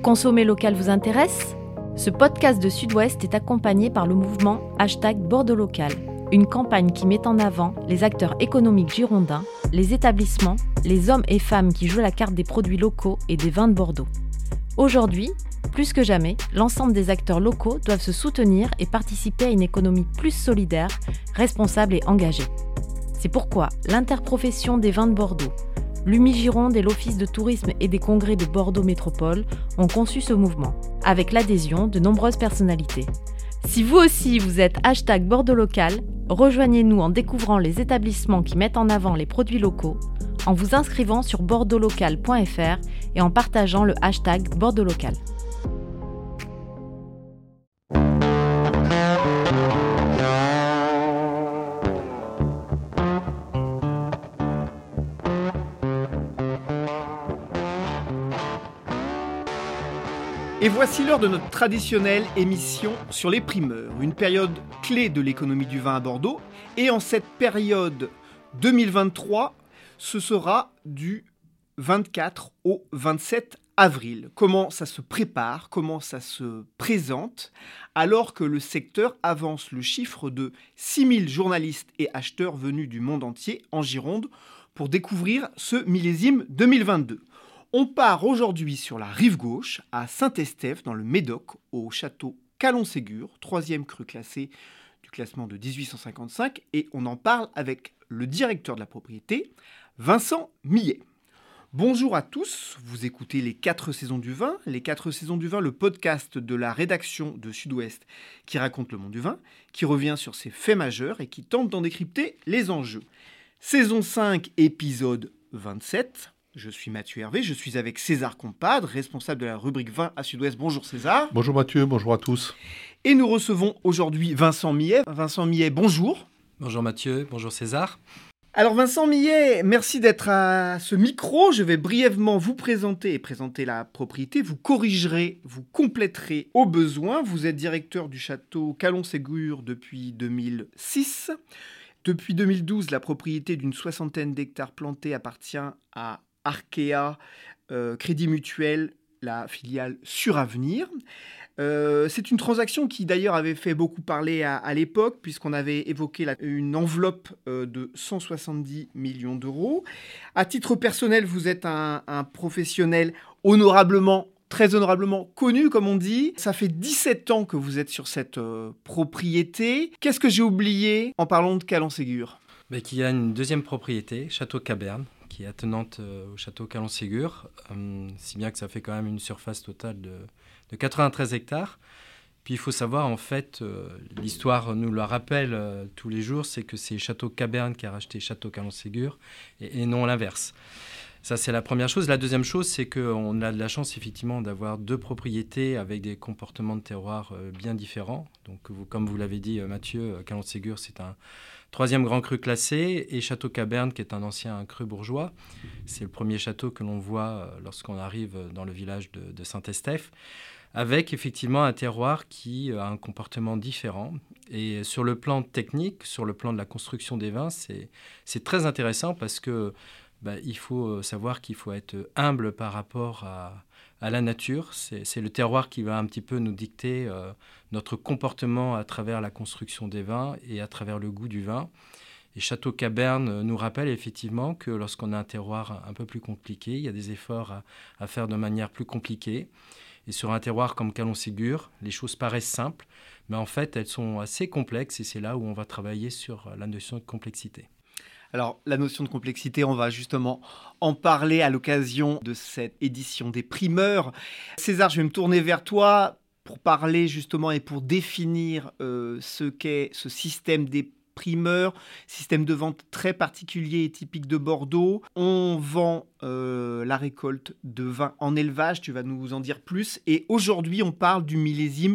Consommer local vous intéresse ? Ce podcast de Sud-Ouest est accompagné par le mouvement #Bordeaux Local, une campagne qui met en avant les acteurs économiques girondins, les établissements, les hommes et femmes qui jouent la carte des produits locaux et des vins de Bordeaux. Aujourd'hui, plus que jamais, l'ensemble des acteurs locaux doivent se soutenir et participer à une économie plus solidaire, responsable et engagée. C'est pourquoi l'interprofession des vins de Bordeaux, l'UMI Gironde et l'Office de tourisme et des congrès de Bordeaux Métropole ont conçu ce mouvement, avec l'adhésion de nombreuses personnalités. Si vous aussi vous êtes #Bordeaux Local, rejoignez-nous en découvrant les établissements qui mettent en avant les produits locaux, en vous inscrivant sur bordeauxlocal.fr et en partageant le #Bordeaux Local. Et voici l'heure de notre traditionnelle émission sur les primeurs, une période clé de l'économie du vin à Bordeaux. Et en cette période 2023, ce sera du 24 au 27 avril. Comment ça se prépare, comment ça se présente, alors que le secteur avance le chiffre de 6000 journalistes et acheteurs venus du monde entier en Gironde pour découvrir ce millésime 2022. On part aujourd'hui sur la rive gauche, à Saint-Estèphe, dans le Médoc, au château Calon-Ségur, 3e cru classé du classement de 1855, et on en parle avec le directeur de la propriété, Vincent Millet. Bonjour à tous, vous écoutez Les 4 saisons du vin. Les 4 saisons du vin, le podcast de la rédaction de Sud-Ouest qui raconte le monde du vin, qui revient sur ses faits majeurs et qui tente d'en décrypter les enjeux. Saison 5, épisode 27. Je suis Mathieu Hervé, je suis avec César Compadre, responsable de la rubrique vin à Sud-Ouest. Bonjour César. Bonjour Mathieu, bonjour à tous. Et nous recevons aujourd'hui Vincent Millet. Vincent Millet, bonjour. Bonjour Mathieu, bonjour César. Alors Vincent Millet, merci d'être à ce micro. Je vais brièvement vous présenter et présenter la propriété. Vous corrigerez, vous compléterez au besoin. Vous êtes directeur du château Calon-Ségur depuis 2006. Depuis 2012, la propriété d'une 60aine d'hectares plantés appartient à Arkea Crédit Mutuel, la filiale Suravenir. C'est une transaction qui d'ailleurs avait fait beaucoup parler à l'époque, puisqu'on avait évoqué une enveloppe de 170 millions d'euros. À titre personnel, vous êtes un professionnel très honorablement connu, comme on dit. Ça fait 17 ans que vous êtes sur cette propriété. Qu'est-ce que j'ai oublié en parlant de Calon-Ségur ? Qu'il y a une deuxième propriété, Château Caberne, qui est attenante au château Calon-Ségur, si bien que ça fait quand même une surface totale de 93 hectares. Puis il faut savoir, en fait, l'histoire nous le rappelle tous les jours, c'est que c'est Château Caberne qui a racheté Château Calon-Ségur et non l'inverse. Ça, c'est la première chose. La deuxième chose, c'est qu'on a de la chance, effectivement, d'avoir deux propriétés avec des comportements de terroir bien différents. Donc, comme vous l'avez dit, Mathieu, Calon-Ségur, c'est un 3e grand cru classé, et Château Caberne, qui est un ancien cru bourgeois. C'est le premier château que l'on voit lorsqu'on arrive dans le village de Saint-Estèphe, avec effectivement un terroir qui a un comportement différent. Et sur le plan technique, sur le plan de la construction des vins, c'est très intéressant parce que il faut savoir qu'il faut être humble par rapport à la nature. C'est le terroir qui va un petit peu nous dicter notre comportement à travers la construction des vins et à travers le goût du vin. Et Château Caberne nous rappelle effectivement que lorsqu'on a un terroir un peu plus compliqué, il y a des efforts à faire de manière plus compliquée. Et sur un terroir comme Calon-Ségur, les choses paraissent simples, mais en fait, elles sont assez complexes et c'est là où on va travailler sur la notion de complexité. Alors, la notion de complexité, on va justement en parler à l'occasion de cette édition des primeurs. César, je vais me tourner vers toi pour parler justement et pour définir ce qu'est ce système des primeurs, système de vente très particulier et typique de Bordeaux. On vend la récolte de vin en élevage, tu vas nous en dire plus. Et aujourd'hui, on parle du millésime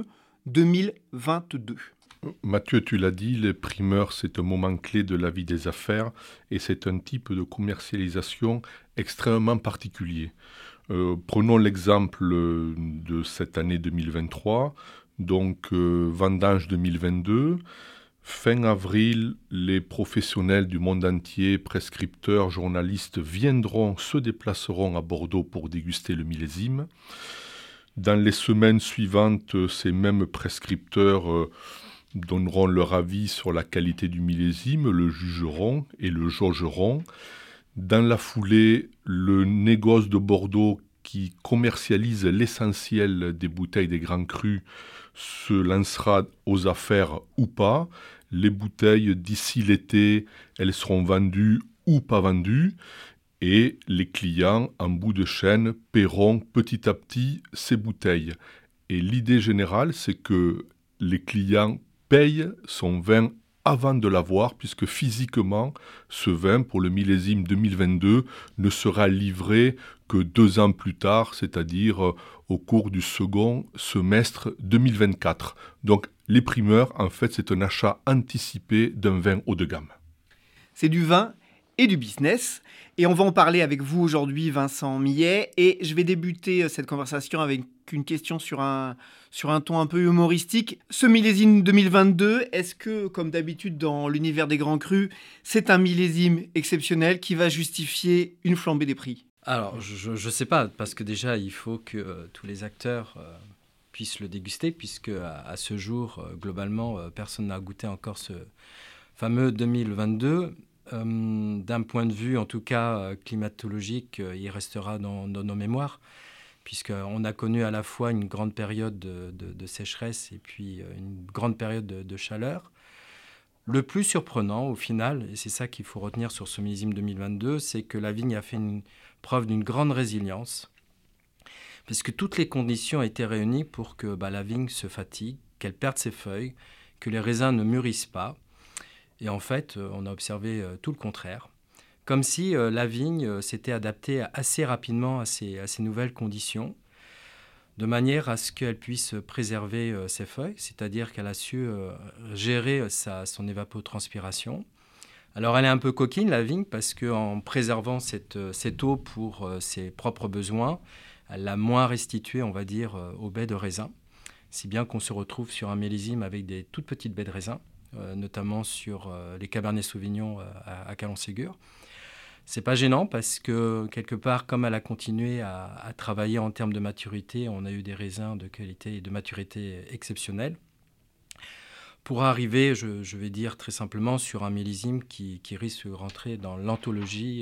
2022. Mathieu, tu l'as dit, les primeurs, c'est un moment clé de la vie des affaires et c'est un type de commercialisation extrêmement particulier. Prenons l'exemple de cette année 2023, donc vendange 2022. Fin avril, les professionnels du monde entier, prescripteurs, journalistes, se déplaceront à Bordeaux pour déguster le millésime. Dans les semaines suivantes, ces mêmes prescripteurs donneront leur avis sur la qualité du millésime, le jugeront et le jaugeront. Dans la foulée, le négoce de Bordeaux qui commercialise l'essentiel des bouteilles des grands crus se lancera aux affaires ou pas. Les bouteilles, d'ici l'été, elles seront vendues ou pas vendues. Et les clients, en bout de chaîne, paieront petit à petit ces bouteilles. Et l'idée générale, c'est que les clients payent son vin avant de l'avoir, puisque physiquement, ce vin, pour le millésime 2022, ne sera livré que 2 ans plus tard, c'est-à-dire au cours du second semestre 2024. Donc, les primeurs, en fait, c'est un achat anticipé d'un vin haut de gamme. C'est du vin et du business. Et on va en parler avec vous aujourd'hui, Vincent Millet. Et je vais débuter cette conversation avec une question sur un ton un peu humoristique. Ce millésime 2022, est-ce que, comme d'habitude dans l'univers des grands crus, c'est un millésime exceptionnel qui va justifier une flambée des prix ? Alors, je ne sais pas, parce que déjà, il faut que tous les acteurs puissent le déguster, puisque à ce jour, globalement, personne n'a goûté encore ce fameux 2022. D'un point de vue, en tout cas, climatologique, il restera dans nos mémoires, puisqu'on a connu à la fois une grande période de sécheresse et puis une grande période de chaleur. Le plus surprenant, au final, et c'est ça qu'il faut retenir sur ce millésime 2022, c'est que la vigne a fait preuve d'une grande résilience, puisque toutes les conditions étaient réunies pour que la vigne se fatigue, qu'elle perde ses feuilles, que les raisins ne mûrissent pas. Et en fait, on a observé tout le contraire, comme si la vigne s'était adaptée assez rapidement à ces nouvelles conditions, de manière à ce qu'elle puisse préserver ses feuilles, c'est-à-dire qu'elle a su gérer son évapotranspiration. Alors elle est un peu coquine, la vigne, parce qu'en préservant cette eau pour ses propres besoins, elle l'a moins restituée, on va dire, aux baies de raisin, si bien qu'on se retrouve sur un millésime avec des toutes petites baies de raisin, notamment sur les Cabernet Sauvignon à Calon-Ségur. C'est pas gênant parce que, quelque part, comme elle a continué à travailler en termes de maturité, on a eu des raisins de qualité et de maturité exceptionnels. Pour arriver, je vais dire très simplement, sur un millésime qui risque de rentrer dans l'anthologie,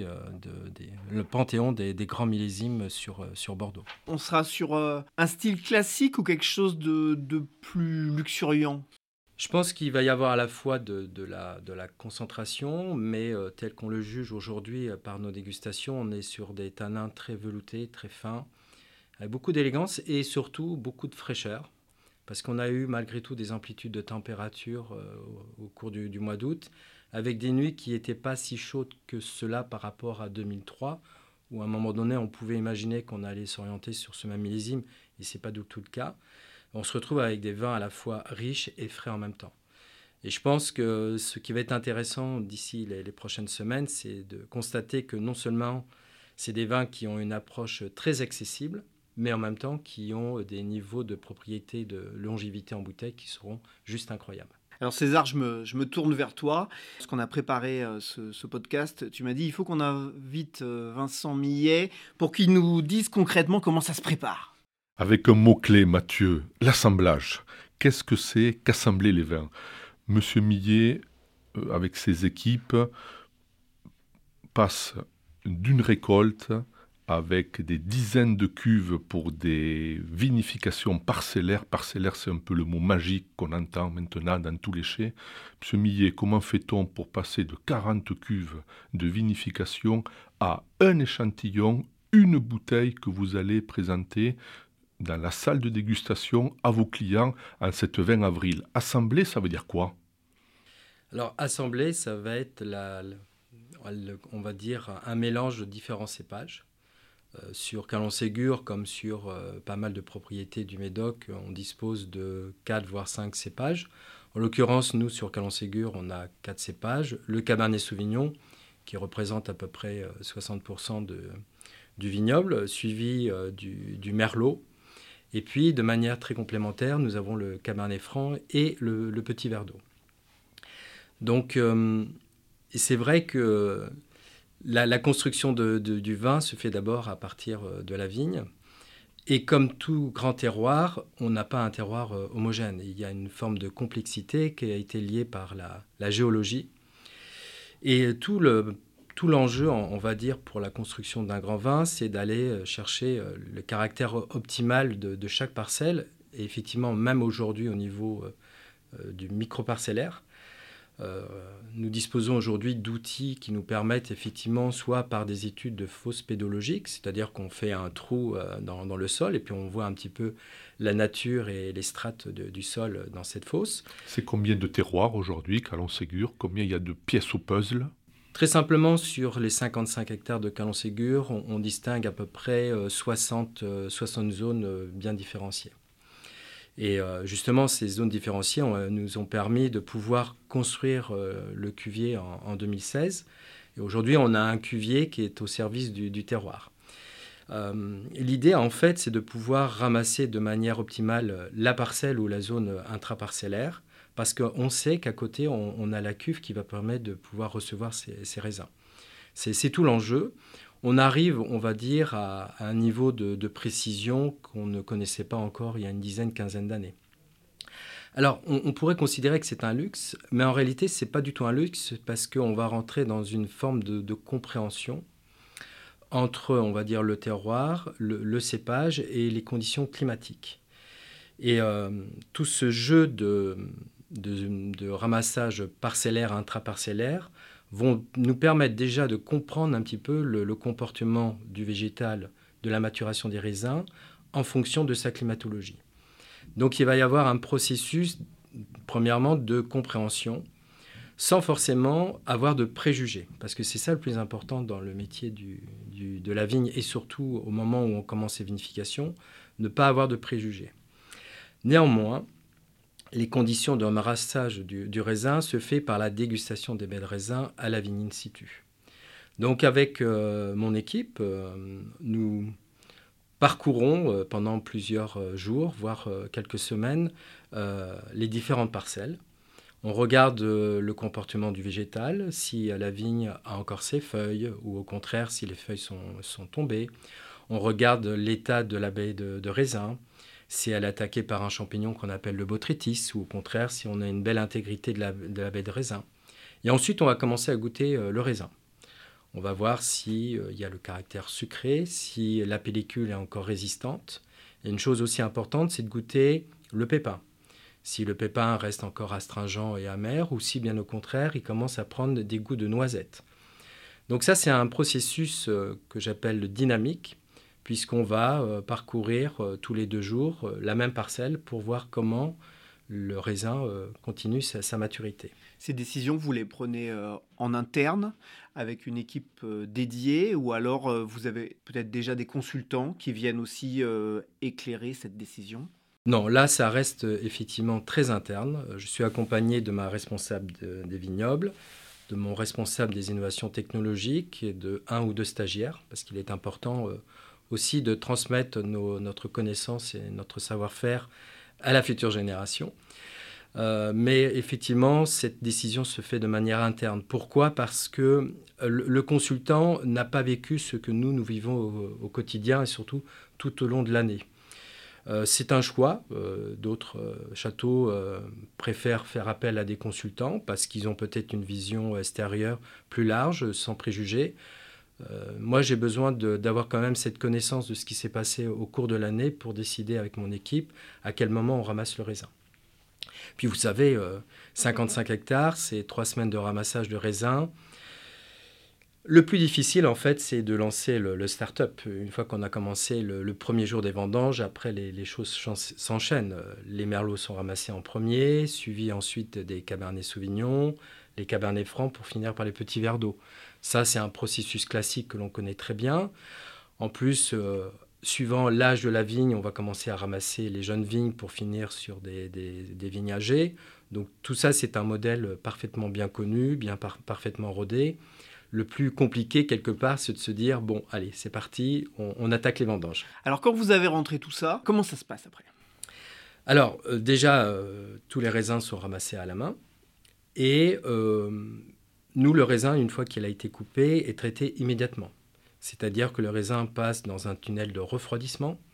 le panthéon des grands millésimes sur Bordeaux. On sera sur un style classique ou quelque chose de plus luxuriant ? Je pense qu'il va y avoir à la fois de la concentration, mais tel qu'on le juge aujourd'hui par nos dégustations, on est sur des tanins très veloutés, très fins, avec beaucoup d'élégance et surtout beaucoup de fraîcheur, parce qu'on a eu malgré tout des amplitudes de température au cours du mois d'août, avec des nuits qui n'étaient pas si chaudes que cela par rapport à 2003, où à un moment donné on pouvait imaginer qu'on allait s'orienter sur ce même millésime, et ce n'est pas du tout le cas. On se retrouve avec des vins à la fois riches et frais en même temps. Et je pense que ce qui va être intéressant d'ici les prochaines semaines, c'est de constater que non seulement c'est des vins qui ont une approche très accessible, mais en même temps qui ont des niveaux de propriété, de longévité en bouteille qui seront juste incroyables. Alors César, je me tourne vers toi. Lorsqu'on a préparé ce podcast, tu m'as dit il faut qu'on invite Vincent Millet pour qu'il nous dise concrètement comment ça se prépare. Avec un mot-clé, Mathieu, l'assemblage. Qu'est-ce que c'est qu'assembler les vins ? Monsieur Millet, avec ses équipes, passe d'une récolte avec des dizaines de cuves pour des vinifications parcellaires. Parcellaire, c'est un peu le mot magique qu'on entend maintenant dans tous les chais. Monsieur Millet, comment fait-on pour passer de 40 cuves de vinification à un échantillon, une bouteille que vous allez présenter dans la salle de dégustation à vos clients en cette 20 avril. Assembler, ça veut dire quoi ? Alors, assembler, ça va être, on va dire, un mélange de différents cépages. Sur Calon-Ségur, comme sur pas mal de propriétés du Médoc, on dispose de 4 voire 5 cépages. En l'occurrence, nous, sur Calon-Ségur, on a 4 cépages. Le Cabernet Sauvignon, qui représente à peu près 60% du vignoble, suivi du Merlot. Et puis, de manière très complémentaire, nous avons le Cabernet Franc et le Petit Verdot. Donc, c'est vrai que la construction du vin se fait d'abord à partir de la vigne. Et comme tout grand terroir, on n'a pas un terroir homogène. Il y a une forme de complexité qui a été liée par la géologie. Et tout l'enjeu, on va dire, pour la construction d'un grand vin, c'est d'aller chercher le caractère optimal de chaque parcelle. Et effectivement, même aujourd'hui, au niveau du micro-parcellaire, nous disposons aujourd'hui d'outils qui nous permettent effectivement, soit par des études de fosse pédologique, c'est-à-dire qu'on fait un trou dans le sol et puis on voit un petit peu la nature et les strates du sol dans cette fosse. C'est combien de terroirs aujourd'hui, Calon-Ségur? Combien il y a de pièces au puzzle? Très simplement, sur les 55 hectares de Calon-Ségur, on distingue à peu près 60 zones bien différenciées. Et justement, ces zones différenciées nous ont permis de pouvoir construire le cuvier en 2016. Et aujourd'hui, on a un cuvier qui est au service du terroir. L'idée, en fait, c'est de pouvoir ramasser de manière optimale la parcelle ou la zone intraparcellaire, parce qu'on sait qu'à côté, on a la cuve qui va permettre de pouvoir recevoir ces raisins. C'est tout l'enjeu. On arrive, on va dire, à un niveau de précision qu'on ne connaissait pas encore il y a une quinzaine d'années. Alors, on pourrait considérer que c'est un luxe, mais en réalité, ce n'est pas du tout un luxe parce qu'on va rentrer dans une forme de compréhension entre, on va dire, le terroir, le cépage et les conditions climatiques. Et tout ce jeu de ramassage parcellaire, intraparcellaire, vont nous permettre déjà de comprendre un petit peu le comportement du végétal, de la maturation des raisins, en fonction de sa climatologie. Donc il va y avoir un processus, premièrement, de compréhension, sans forcément avoir de préjugés, parce que c'est ça le plus important dans le métier de la vigne, et surtout au moment où on commence les vinifications, ne pas avoir de préjugés. Néanmoins, les conditions de ramassage du raisin se fait par la dégustation des baies de raisin à la vigne in situ. Donc avec mon équipe, nous parcourons pendant plusieurs jours, voire quelques semaines, les différentes parcelles. On regarde le comportement du végétal, si la vigne a encore ses feuilles, ou au contraire si les feuilles sont tombées. On regarde l'état de la baie de raisin, si elle est attaquée par un champignon qu'on appelle le botrytis, ou au contraire, si on a une belle intégrité de la baie de raisin. Et ensuite, on va commencer à goûter le raisin. On va voir s'il y a le caractère sucré, si la pellicule est encore résistante. Et une chose aussi importante, c'est de goûter le pépin. Si le pépin reste encore astringent et amer, ou si, bien au contraire, il commence à prendre des goûts de noisette. Donc ça, c'est un processus que j'appelle dynamique, puisqu'on va parcourir tous les 2 jours la même parcelle pour voir comment le raisin continue sa maturité. Ces décisions, vous les prenez en interne, avec une équipe dédiée, ou alors vous avez peut-être déjà des consultants qui viennent aussi éclairer cette décision? Non, là, ça reste effectivement très interne. Je suis accompagné de ma responsable des vignobles, de mon responsable des innovations technologiques et de 1 ou 2 stagiaires, parce qu'il est important aussi de transmettre notre connaissance et notre savoir-faire à la future génération. Mais effectivement, cette décision se fait de manière interne. Pourquoi ? Parce que le consultant n'a pas vécu ce que nous vivons au quotidien et surtout tout au long de l'année. C'est un choix. D'autres châteaux préfèrent faire appel à des consultants parce qu'ils ont peut-être une vision extérieure plus large, sans préjugés. Moi, j'ai besoin d'avoir quand même cette connaissance de ce qui s'est passé au cours de l'année pour décider avec mon équipe à quel moment on ramasse le raisin. Puis vous savez, 55 hectares, c'est 3 semaines de ramassage de raisin. Le plus difficile, en fait, c'est de lancer le start-up. Une fois qu'on a commencé le premier jour des vendanges, après, les choses s'enchaînent. Les merlots sont ramassés en premier, suivis ensuite des cabernets sauvignons, les cabernets francs pour finir par les petits verres d'eau. Ça, c'est un processus classique que l'on connaît très bien. En plus, suivant l'âge de la vigne, on va commencer à ramasser les jeunes vignes pour finir sur des vignes âgées. Donc tout ça, c'est un modèle parfaitement bien connu, parfaitement rodé. Le plus compliqué, quelque part, c'est de se dire, bon, allez, c'est parti, on attaque les vendanges. Alors quand vous avez rentré tout ça, comment ça se passe après ? Alors déjà, tous les raisins sont ramassés à la main. Et nous, le raisin, une fois qu'il a été coupé, est traité immédiatement. C'est-à-dire que le raisin passe dans un tunnel de refroidissement.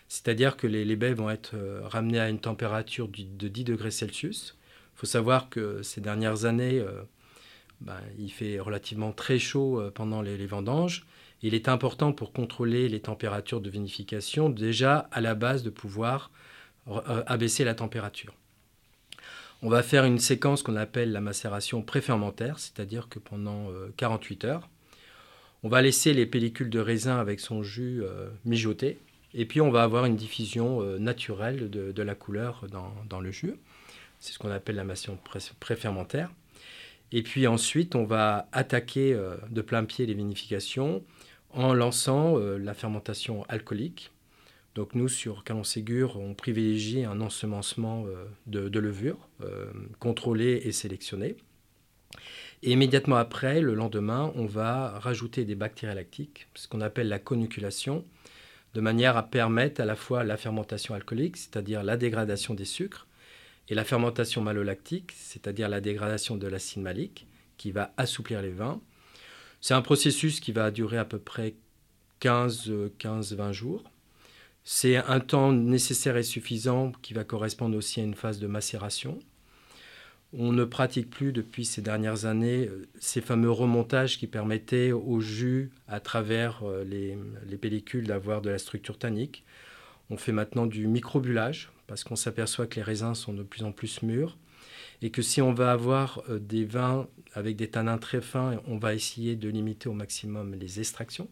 C'est-à-dire que les baies vont être ramenées à une température de 10 degrés Celsius. Il faut savoir que ces dernières années, il fait relativement très chaud pendant les vendanges. Il est important pour contrôler les températures de vinification, déjà à la base de pouvoir abaisser la température. On va faire une séquence qu'on appelle la macération préfermentaire, c'est-à-dire que pendant 48 heures, on va laisser les pellicules de raisin avec son jus mijoter, et puis on va avoir une diffusion naturelle de la couleur dans le jus. C'est ce qu'on appelle la macération préfermentaire. Et puis ensuite, on va attaquer de plein pied les vinifications en lançant la fermentation alcoolique. Donc nous, sur Calon-Ségur, on privilégie un ensemencement de levure contrôlé et sélectionné. Et immédiatement après, le lendemain, on va rajouter des bactéries lactiques, ce qu'on appelle la conuculation, de manière à permettre à la fois la fermentation alcoolique, c'est-à-dire la dégradation des sucres, et la fermentation malolactique, c'est-à-dire la dégradation de l'acide malique, qui va assouplir les vins. C'est un processus qui va durer à peu près 15-20 jours. C'est un temps nécessaire et suffisant qui va correspondre aussi à une phase de macération. On ne pratique plus depuis ces dernières années ces fameux remontages qui permettaient au jus, à travers les pellicules, d'avoir de la structure tannique. On fait maintenant du microbullage parce qu'on s'aperçoit que les raisins sont de plus en plus mûrs et que si on va avoir des vins avec des tanins très fins, on va essayer de limiter au maximum les extractions.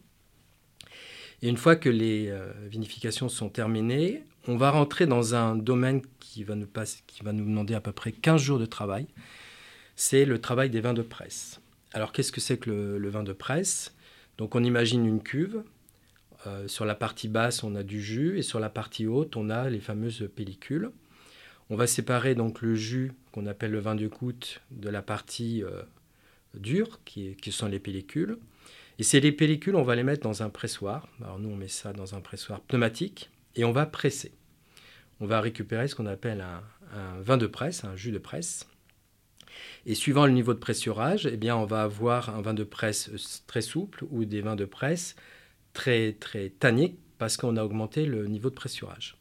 Et une fois que les vinifications sont terminées, on va rentrer dans un domaine qui va nous demander à peu près 15 jours de travail. C'est le travail des vins de presse. Alors qu'est-ce que c'est que le vin de presse ? Donc on imagine une cuve. Sur la partie basse, on a du jus et sur la partie haute, on a les fameuses pellicules. On va séparer donc le jus qu'on appelle le vin de goutte de la partie dure, qui sont les pellicules. Et ces pellicules, on va les mettre dans un pressoir. Alors nous, on met ça dans un pressoir pneumatique et on va presser. On va récupérer ce qu'on appelle un vin de presse, un jus de presse. Et suivant le niveau de pressurage, eh bien, on va avoir un vin de presse très souple ou des vins de presse très, très tanniques parce qu'on a augmenté le niveau de pressurage.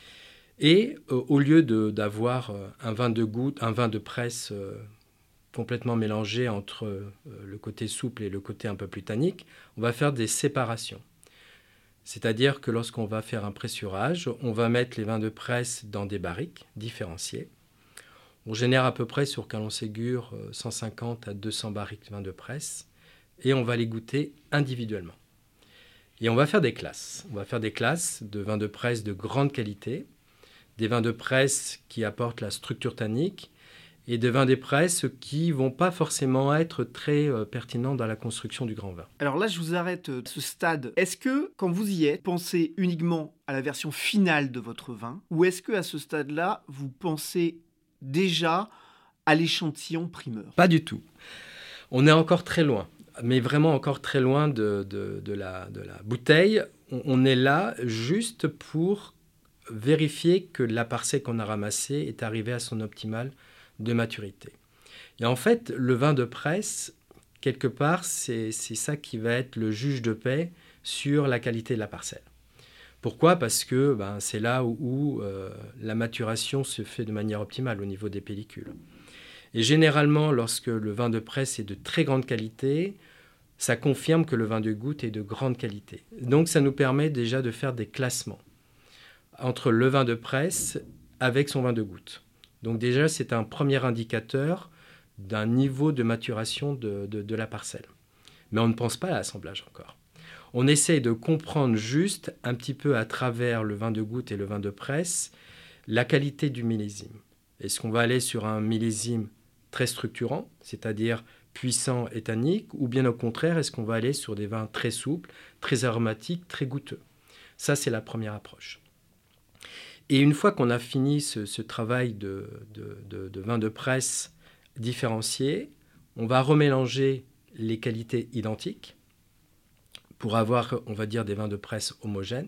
Et au lieu d'avoir un vin de goutte, un vin de presse complètement mélangé entre le côté souple et le côté un peu plus tannique, on va faire des séparations. C'est-à-dire que lorsqu'on va faire un pressurage, on va mettre les vins de presse dans des barriques différenciées. On génère à peu près sur Calon-Ségur 150 à 200 barriques de vins de presse et on va les goûter individuellement. Et on va faire des classes. On va faire des classes de vins de presse de grande qualité, des vins de presse qui apportent la structure tannique et des vins de presse qui ne vont pas forcément être très pertinents dans la construction du grand vin. Alors là, je vous arrête à ce stade. Est-ce que, quand vous y êtes, pensez uniquement à la version finale de votre vin ou est-ce qu'à ce stade-là, vous pensez déjà à l'échantillon primeur ? Pas du tout. On est encore très loin, mais vraiment encore très loin de la bouteille. On est là juste pour vérifier que la parcelle qu'on a ramassée est arrivée à son optimal de maturité. Et en fait, le vin de presse, quelque part, c'est ça qui va être le juge de paix sur la qualité de la parcelle. Pourquoi ? Parce que c'est là où la maturation se fait de manière optimale au niveau des pellicules. Et généralement, lorsque le vin de presse est de très grande qualité, ça confirme que le vin de goutte est de grande qualité. Donc ça nous permet déjà de faire des classements entre le vin de presse avec son vin de goutte. Donc déjà, c'est un premier indicateur d'un niveau de maturation de la parcelle. Mais on ne pense pas à l'assemblage encore. On essaye de comprendre juste un petit peu à travers le vin de goutte et le vin de presse la qualité du millésime. Est-ce qu'on va aller sur un millésime très structurant, c'est-à-dire puissant et tannique, ou bien au contraire, est-ce qu'on va aller sur des vins très souples, très aromatiques, très goûteux ? Ça, c'est la première approche. Et une fois qu'on a fini ce travail de vin de presse différencié, on va remélanger les qualités identiques pour avoir, on va dire, des vins de presse homogènes.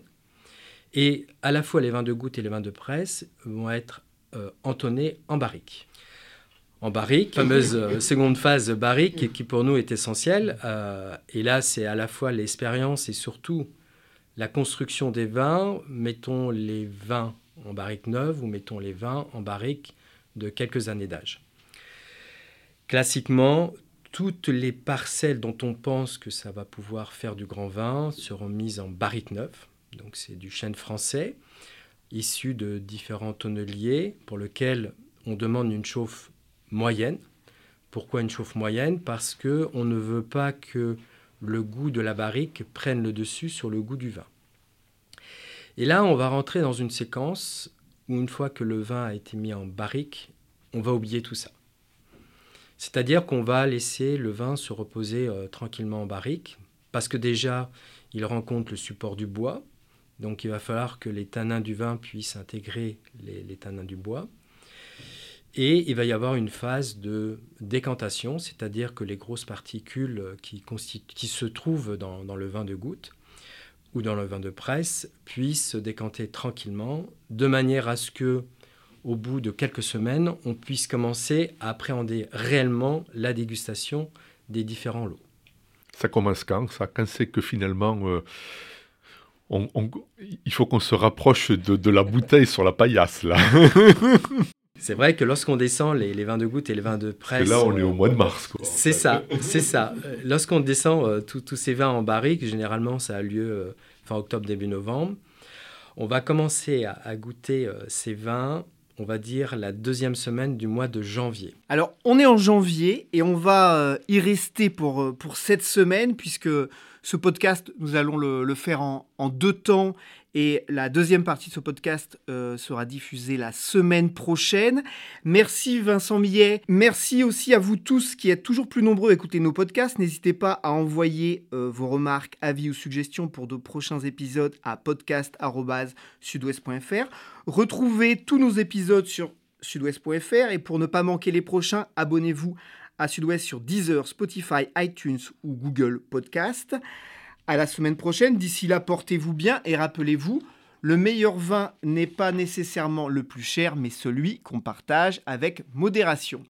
Et à la fois les vins de goutte et les vins de presse vont être entonnés en barrique. En barrique, fameuse seconde phase barrique qui pour nous est essentielle. Et là, c'est à la fois l'expérience et surtout la construction des vins, mettons les vins en barrique neuve ou mettons les vins en barrique de quelques années d'âge. Classiquement, toutes les parcelles dont on pense que ça va pouvoir faire du grand vin seront mises en barrique neuve. Donc c'est du chêne français, issu de différents tonneliers pour lequel on demande une chauffe moyenne. Pourquoi une chauffe moyenne ? Parce qu'on ne veut pas que le goût de la barrique prenne le dessus sur le goût du vin. Et là, on va rentrer dans une séquence où une fois que le vin a été mis en barrique, on va oublier tout ça. C'est-à-dire qu'on va laisser le vin se reposer tranquillement en barrique, parce que déjà, il rencontre le support du bois, donc il va falloir que les tanins du vin puissent intégrer les tanins du bois. Et il va y avoir une phase de décantation, c'est-à-dire que les grosses particules qui se trouvent dans le vin de goutte ou dans le vin de presse puissent se décanter tranquillement, de manière à ce que, au bout de quelques semaines, on puisse commencer à appréhender réellement la dégustation des différents lots. Ça commence quand c'est que finalement, il faut qu'on se rapproche de la bouteille sur la paillasse, là. C'est vrai que lorsqu'on descend les vins de goutte et les vins de presse... Et là, on est au mois de mars, quoi. C'est ça. Lorsqu'on descend tous ces vins en barrique, généralement, ça a lieu fin octobre, début novembre. On va commencer à goûter ces vins, on va dire, la deuxième semaine du mois de janvier. Alors, on est en janvier et on va y rester pour cette semaine, puisque ce podcast, nous allons le faire en 2 temps. Et la deuxième partie de ce podcast sera diffusée la semaine prochaine. Merci Vincent Millet. Merci aussi à vous tous qui êtes toujours plus nombreux à écouter nos podcasts. N'hésitez pas à envoyer vos remarques, avis ou suggestions pour de prochains épisodes à podcast@sudouest.fr. Retrouvez tous nos épisodes sur sudouest.fr et pour ne pas manquer les prochains, abonnez-vous à Sud-Ouest sur Deezer, Spotify, iTunes ou Google Podcast. À la semaine prochaine. D'ici là, portez-vous bien et rappelez-vous, le meilleur vin n'est pas nécessairement le plus cher, mais celui qu'on partage avec modération.